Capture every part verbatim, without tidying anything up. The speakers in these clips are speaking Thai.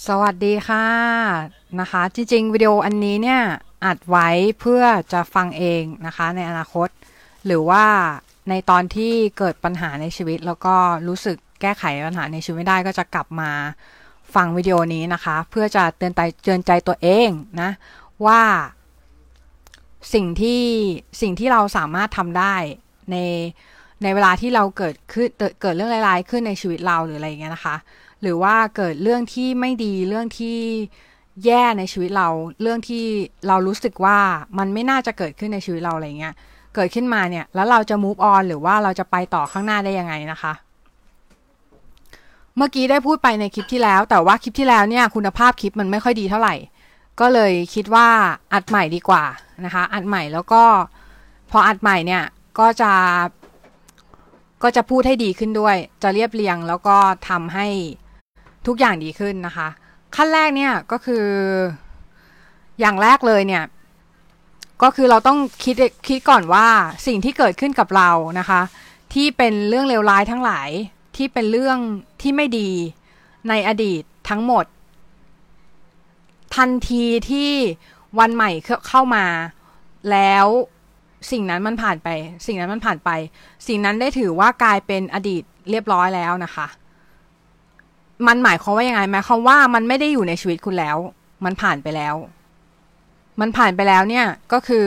สวัสดีค่ะนะคะจริงๆวิดีโออันนี้เนี่ยอัดไว้เพื่อจะฟังเองนะคะในอนาคตหรือว่าในตอนที่เกิดปัญหาในชีวิตแล้วก็รู้สึกแก้ไขปัญหาในชีวิตไม่ได้ก็จะกลับมาฟังวิดีโอนี้นะคะเพื่อจะเตือนใจเตือนใจตัวเองนะว่าสิ่งที่สิ่งที่เราสามารถทำได้ในในเวลาที่เราเกิดขึ้นเกิดเรื่องร้ายๆขึ้นในชีวิตเราหรืออะไรอย่างเงี้ยนะคะหรือว่าเกิดเรื่องที่ไม่ดีเรื่องที่แย่ในชีวิตเราเรื่องที่เรารู้สึกว่ามันไม่น่าจะเกิดขึ้นในชีวิตเราอะไรเงี้ยเกิดขึ้นมาเนี่ยแล้วเราจะ move on หรือว่าเราจะไปต่อข้างหน้าได้ยังไงนะคะเมื่อกี้ได้พูดไปในคลิปที่แล้วแต่ว่าคลิปที่แล้วเนี่ยคุณภาพคลิปมันไม่ค่อยดีเท่าไหร่ก็เลยคิดว่าอัดใหม่ดีกว่านะคะอัดใหม่แล้วก็พออัดใหม่เนี่ยก็จะก็จะพูดให้ดีขึ้นด้วยจะเรียบเรียงแล้วก็ทำให้ทุกอย่างดีขึ้นนะคะขั้นแรกเนี่ยก็คืออย่างแรกเลยเนี่ยก็คือเราต้องคิดคิดก่อนว่าสิ่งที่เกิดขึ้นกับเรานะคะที่เป็นเรื่องเลวร้ายทั้งหลายที่เป็นเรื่องที่ไม่ดีในอดีตทั้งหมดทันทีที่วันใหม่เข้ามาแล้วสิ่งนั้นมันผ่านไปสิ่งนั้นมันผ่านไปสิ่งนั้นได้ถือว่ากลายเป็นอดีตเรียบร้อยแล้วนะคะมันหมายความว่ายังไงหมายความว่ามันไม่ได้อยู่ในชีวิตคุณแล้วมันผ่านไปแล้วมันผ่านไปแล้วเนี่ยก็คือ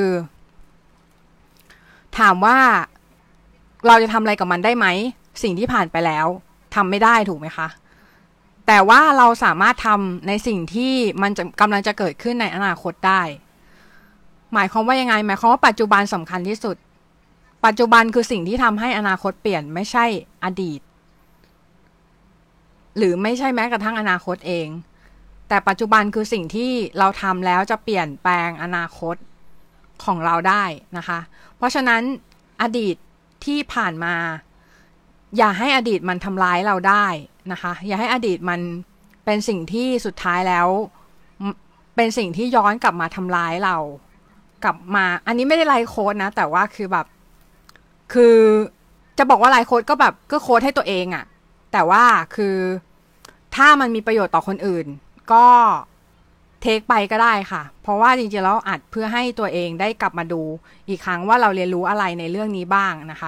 ถามว่าเราจะทำอะไรกับมันได้ไหมสิ่งที่ผ่านไปแล้วทำไม่ได้ถูกไหมคะแต่ว่าเราสามารถทำในสิ่งที่มันจะกำลังจะเกิดขึ้นในอนาคตได้หมายความว่ายังไงหมายความว่าปัจจุบันสำคัญที่สุดปัจจุบันคือสิ่งที่ทำให้อนาคตเปลี่ยนไม่ใช่อดีตหรือไม่ใช่แม้กระทั่งอนาคตเองแต่ปัจจุบันคือสิ่งที่เราทำแล้วจะเปลี่ยนแปลงอนาคตของเราได้นะคะเพราะฉะนั้นอดีตที่ผ่านมาอย่าให้อดีตมันทำร้ายเราได้นะคะอย่าให้อดีตมันเป็นสิ่งที่สุดท้ายแล้วเป็นสิ่งที่ย้อนกลับมาทำร้ายเรากลับมาอันนี้ไม่ได้ไลฟ์โค้ดนะแต่ว่าคือแบบคือจะบอกว่าไลฟ์โค้ดก็แบบก็โค้ดให้ตัวเองอะแต่ว่าคือถ้ามันมีประโยชน์ต่อคนอื่นก็เทคไปก็ได้ค่ะเพราะว่าจริงๆแล้วอัดเพื่อให้ตัวเองได้กลับมาดูอีกครั้งว่าเราเรียนรู้อะไรในเรื่องนี้บ้างนะคะ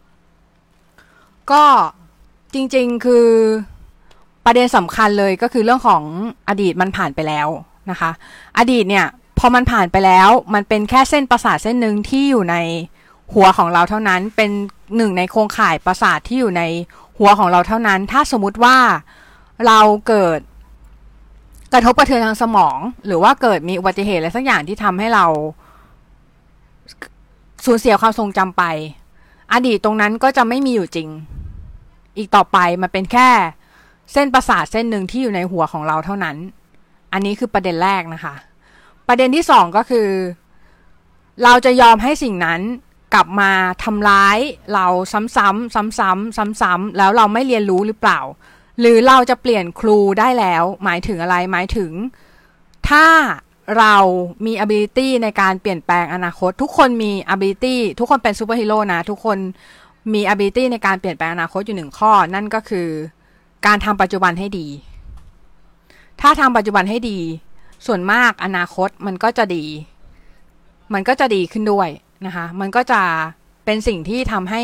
ก็จริงๆคือประเด็นสำคัญเลยก็คือเรื่องของอดีตมันผ่านไปแล้วนะคะอดีตเนี่ยพอมันผ่านไปแล้วมันเป็นแค่เส้นประสาทเส้นหนึ่งที่อยู่ในหัวของเราเท่านั้นเป็นหนึ่งในโครงข่ายประสาทที่อยู่ในหัวของเราเท่านั้นถ้าสมมุติว่าเราเกิดกระทบกระเทือนทางสมองหรือว่าเกิดมีอุบัติเหตุอะไรสักอย่างที่ทำให้เราสูญเสียความทรงจำไปอดีตตรงนั้นก็จะไม่มีอยู่จริงอีกต่อไปมันเป็นแค่เส้นประสาทเส้นหนึ่งที่อยู่ในหัวของเราเท่านั้นอันนี้คือประเด็นแรกนะคะประเด็นที่สองก็คือเราจะยอมให้สิ่งนั้นกลับมาทำร้ายเราซ้ำๆซ้ำๆซ้ำๆแล้วเราไม่เรียนรู้หรือเปล่าหรือเราจะเปลี่ยนครูได้แล้วหมายถึงอะไรหมายถึงถ้าเรามี ability ในการเปลี่ยนแปลงอนาคตทุกคนมี ability ทุกคนเป็นซูเปอร์ฮีโร่นะทุกคนมี ability ในการเปลี่ยนแปลงอนาคตอยู่หนึ่งข้อนั่นก็คือการทำปัจจุบันให้ดีถ้าทำปัจจุบันให้ดีส่วนมากอนาคตมันก็จะดีมันก็จะดีขึ้นด้วยนะคะมันก็จะเป็นสิ่งที่ทำให้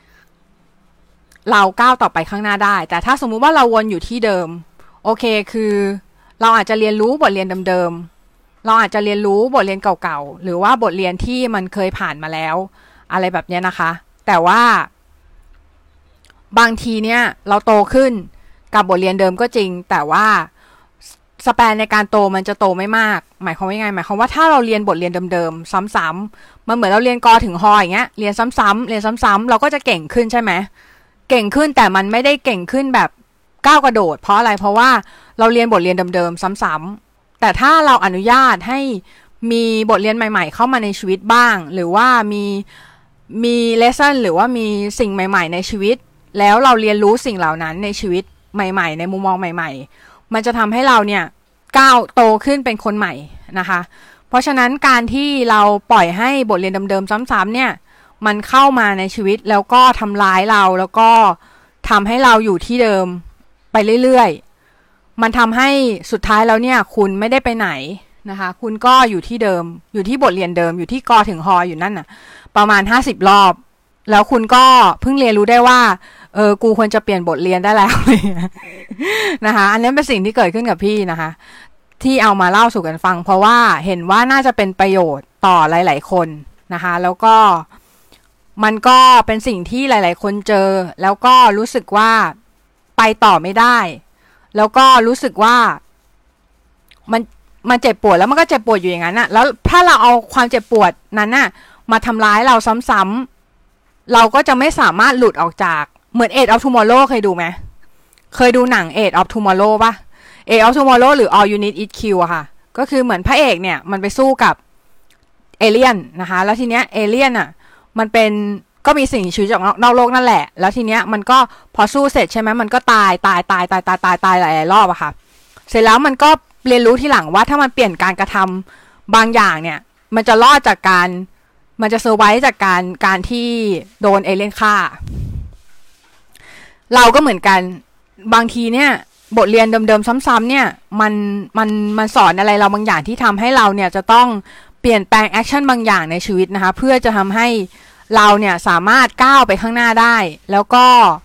เราก้าวต่อไปข้างหน้าได้แต่ถ้าสมมุติว่าเราวนอยู่ที่เดิมโอเคคือเราอาจจะเรียนรู้บทเรียนเดิมๆเราอาจจะเรียนรู้บทเรียนเก่าๆหรือว่าบทเรียนที่มันเคยผ่านมาแล้วอะไรแบบนี้นะคะแต่ว่าบางทีเนี่ยเราโตขึ้นกับบทเรียนเดิมก็จริงแต่ว่าสแปนในการโตมันจะโตไม่มากหมายความว่ายังไงหมายความว่าถ้าเราเรียนบทเรียนเดิมๆซ้ำๆมันเหมือนเราเรียนกอถึงฮออย่างเงี้ยเรียนซ้ำๆเรียนซ้ำๆเราก็จะเก่งขึ้นใช่ไหมเก่งขึ้นแต่มันไม่ได้เก่งขึ้นแบบก้าวกระโดดเพราะอะไรเพราะว่าเราเรียนบทเรียนเดิมๆซ้ำๆแต่ถ้าเราอนุญาตให้มีบทเรียนใหม่ๆเข้ามาในชีวิตบ้างหรือว่ามีมีเลสซันหรือว่ามีสิ่งใหม่ๆในชีวิตแล้วเราเรียนรู้สิ่งเหล่านั้นในชีวิตใหม่ๆในมุมมองใหม่ๆมันจะทำให้เราเนี่ยก้าวโตขึ้นเป็นคนใหม่นะคะเพราะฉะนั้นการที่เราปล่อยให้บทเรียนเดิมๆซ้ำๆเนี่ยมันเข้ามาในชีวิตแล้วก็ทำร้ายเราแล้วก็ทำให้เราอยู่ที่เดิมไปเรื่อยๆมันทำให้สุดท้ายแล้วเนี่ยคุณไม่ได้ไปไหนนะคะคุณก็อยู่ที่เดิมอยู่ที่บทเรียนเดิมอยู่ที่กอถึงฮออยู่นั่นน่ะประมาณห้าสิบรอบแล้วคุณก็เพิ่งเรียนรู้ได้ว่าเออกูควรจะเปลี่ยนบทเรียนได้แล้วเลยนะคะอันนี้เป็นสิ่งที่เกิดขึ้นกับพี่นะคะที่เอามาเล่าสู่กันฟังเพราะว่าเห็นว่าน่าจะเป็นประโยชน์ต่อหลายๆคนนะคะแล้วก็มันก็เป็นสิ่งที่หลายๆคนเจอแล้วก็รู้สึกว่าไปต่อไม่ได้แล้วก็รู้สึกว่ามันมันเจ็บปวดแล้วมันก็เจ็บปวดอยู่อย่างนั้นน่ะแล้วถ้าเราเอาความเจ็บปวดนั้นน่ะมาทำร้ายเราซ้ำๆเราก็จะไม่สามารถหลุดออกจากเหมือน Age of Tomorrow เคยดูไหมเคยดูหนัง Age of Tomorrow ป่ะ Age of Tomorrow หรือ All You Need Is Kill อะค่ะก็คือเหมือนพระเอกเนี่ยมันไปสู้กับเอเลี่ยนนะคะแล้วทีเนี้ยเอเลี่ยนอะมันเป็นก็มีสิ่งมีชีวิตจากนอกโลกนั่นแหละแล้วทีเนี้ยมันก็พอสู้เสร็จใช่ไหมมันก็ตายตายตายตายตายตายตายหลายๆรอบอะค่ะเสร็จแล้วมันก็เรียนรู้ทีหลังว่าถ้ามันเปลี่ยนการกระทำบางอย่างเนี่ยมันจะรอดจากการมันจะเซอร์ไวส์จากการการที่โดนเอเลี่ยนฆ่าเราก็เหมือนกันบางทีเนี่ยบทเรียนเดิมๆซ้ำๆเนี่ยมันมันมันสอนอะไรเราบางอย่างที่ทำให้เราเนี่ยจะต้องเปลี่ยนแปลงแอคชั่นบางอย่างในชีวิตนะคะเพื่อจะทำให้เราเนี่ยสามารถก้าวไปข้างหน้าได้แล้วก็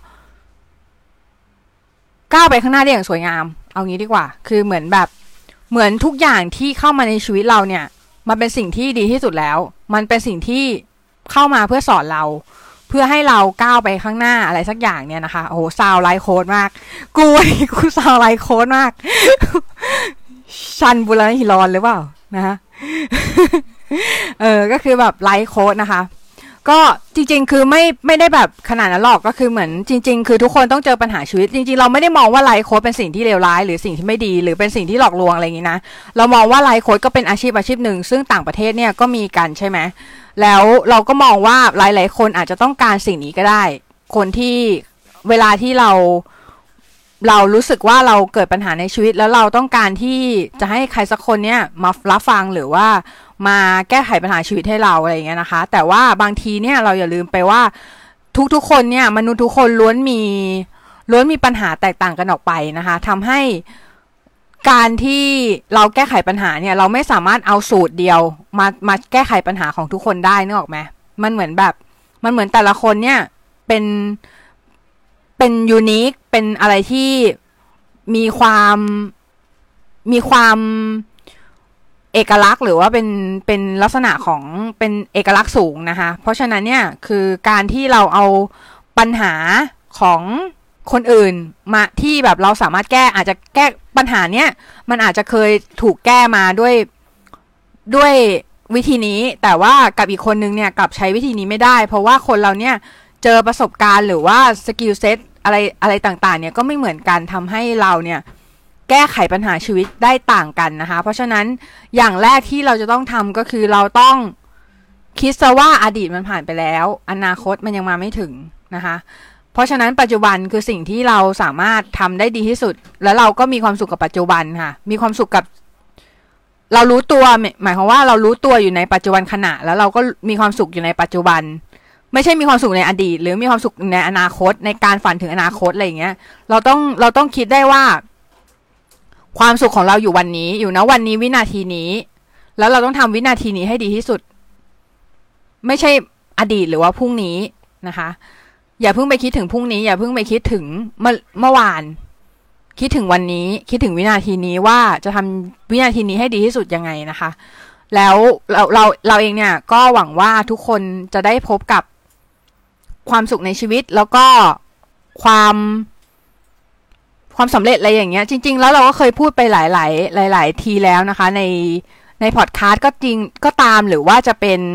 ก้าวไปข้างหน้าได้อย่างสวยงามเอางี้ดีกว่าคือเหมือนแบบเหมือนทุกอย่างที่เข้ามาในชีวิตเราเนี่ยมันเป็นสิ่งที่ดีที่สุดแล้วมันเป็นสิ่งที่เข้ามาเพื่อสอนเราเพื่อให้เราก้าวไปข้างหน้าอะไรสักอย่างเนี่ยนะคะโอ้โหซาวไลท์โค้ดมากกูกูซาวไลท์โค้ดมากชันบุรณหิรอนหรือเปล่านะคะเออก็คือแบบไลท์โค้ดนะคะก็จริงๆคือไม่ไม่ได้แบบขนาดนั้นหรอกก็คือเหมือนจริงๆคือทุกคนต้องเจอปัญหาชีวิตจริงๆเราไม่ได้มองว่าไลฟ์โค้ชเป็นสิ่งที่เลวร้ายหรือสิ่งที่ไม่ดีหรือเป็นสิ่งที่หลอกลวงอะไรอย่างนี้นะเรามองว่าไลฟ์โค้ชก็เป็นอาชีพอาชีพหนึ่งซึ่งต่างประเทศเนี่ยก็มีกันใช่ไหมแล้วเราก็มองว่าหลายๆคนอาจจะต้องการสิ่งนี้ก็ได้คนที่เวลาที่เราเรารู้สึกว่าเราเกิดปัญหาในชีวิตแล้วเราต้องการที่จะให้ใครสักคนเนี่ยมารับฟังหรือว่ามาแก้ไขปัญหาชีวิตให้เราอะไรอย่างเงี้ยนะคะแต่ว่าบางทีเนี่ยเราอย่าลืมไปว่าทุกๆคนเนี่ยมนุษย์ทุกคนล้วนมีล้วนมีปัญหาแตกต่างกันออกไปนะคะทำให้การที่เราแก้ไขปัญหาเนี่ยเราไม่สามารถเอาสูตรเดียวมามาแก้ไขปัญหาของทุกคนได้นึกออกไหมมันเหมือนแบบมันเหมือนแต่ละคนเนี่ยเป็นเป็นยูนิคเป็นอะไรที่มีความมีความเอกลักษณ์หรือว่าเป็นเป็นลักษณะของเป็นเอกลักษณ์สูงนะคะเพราะฉะนั้นเนี่ยคือการที่เราเอาปัญหาของคนอื่นมาที่แบบเราสามารถแก้อาจจะแก้ปัญหาเนี้ยมันอาจจะเคยถูกแก้มาด้วยด้วยวิธีนี้แต่ว่ากับอีกคนนึงเนี่ยกลับใช้วิธีนี้ไม่ได้เพราะว่าคนเราเนี่ยเจอประสบการณ์หรือว่าสกิลเซ็ตอะไรอะไรต่างๆเนี่ยก็ไม่เหมือนกันทำให้เราเนี่ยแก้ไขปัญหาชีวิตได้ต่างกันนะคะเพราะฉะนั้นอย่างแรกที่เราจะต้องทำก็คือเราต้องคิดซะว่าอดีตมันผ่านไปแล้วอนาคตมันยังมาไม่ถึงนะคะเพราะฉะนั้นปัจจุบันคือสิ่งที่เราสามารถทำได้ดีที่สุดแล้วเราก็มีความสุขกับปัจจุบันค่ะมีความสุขกับเรารู้ตัวหมายความว่าเรารู้ตัวอยู่ในปัจจุบันขณะแล้วเราก็มีความสุขอยู่ในปัจจุบันไม่ใช่มีความสุขในอดีตหรือมีความสุขในอนาคตในการฝันถึงอนาคตอะไรอย่างเงี้ยเราต้องเราต้องคิดได้ว่าความสุขของเราอยู่วันนี้อยู่นะวันนี้วินาทีนี้แล้วเราต้องทำวินาทีนี้ให้ดีที่สุดไม่ใช่อดีตหรือว่าพรุ่งนี้นะคะอย่าเพิ่งไปคิดถึงพรุ่งนี้อย่าเพิ่งไปคิดถึงเมื่อเมื่อวานคิดถึงวันนี้คิดถึงวินาทีนี้ว่าจะทำวินาทีนี้ให้ดีที่สุดยังไงนะคะแล้วเราเราเราเองเนี่ยก็หวังว่าทุกคนจะได้พบกับความสุขในชีวิตแล้วก็ความความสำเร็จอะไรอย่างเงี้ยจริงๆแล้วเราก็เคยพูดไปหลายๆหลายๆทีแล้วนะคะในในพอดคาสต์ก็จริงก็ตามหรือว่าจะเป็น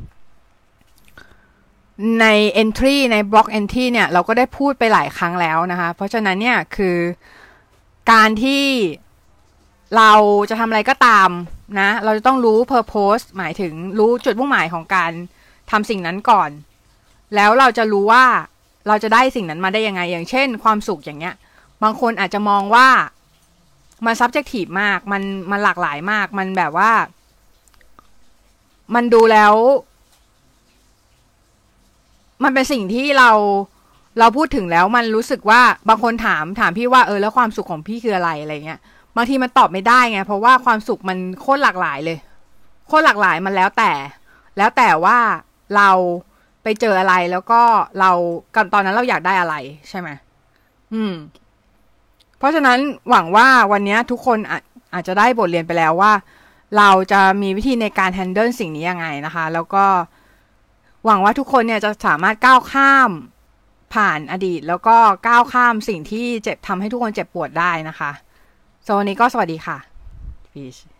ใน entry ใน blog entry เนี่ยเราก็ได้พูดไปหลายครั้งแล้วนะคะเพราะฉะนั้นเนี่ยคือการที่เราจะทำอะไรก็ตามนะเราจะต้องรู้ purpose หมายถึงรู้จุดมุ่งหมายของการทำสิ่งนั้นก่อนแล้วเราจะรู้ว่าเราจะได้สิ่งนั้นมาได้ยังไงอย่างเช่นความสุขอย่างเงี้ยบางคนอาจจะมองว่ามัน subjective มากมันมันหลากหลายมากมันแบบว่ามันดูแล้วมันเป็นสิ่งที่เราเราพูดถึงแล้วมันรู้สึกว่าบางคนถามถามพี่ว่าเออแล้วความสุขของพี่คืออะไรอะไรเงี้ยบางทีมันตอบไม่ได้ไงเพราะว่าความสุขมันโคตรหลากหลายเลยโคตรหลากหลายมันแล้วแต่แล้วแต่ว่าเราไปเจออะไรแล้วก็เรากันตอนนั้นเราอยากได้อะไรใช่ไหมอืมเพราะฉะนั้นหวังว่าวันนี้ทุกคนอาจอาจจะได้บทเรียนไปแล้วว่าเราจะมีวิธีในการแฮนเดิลสิ่งนี้ยังไงนะคะแล้วก็หวังว่าทุกคนเนี่ยจะสามารถก้าวข้ามผ่านอดีตแล้วก็ก้าวข้ามสิ่งที่เจ็บทำให้ทุกคนเจ็บปวดได้นะคะสำหรับวันนี้ก็สวัสดีค่ะ Peace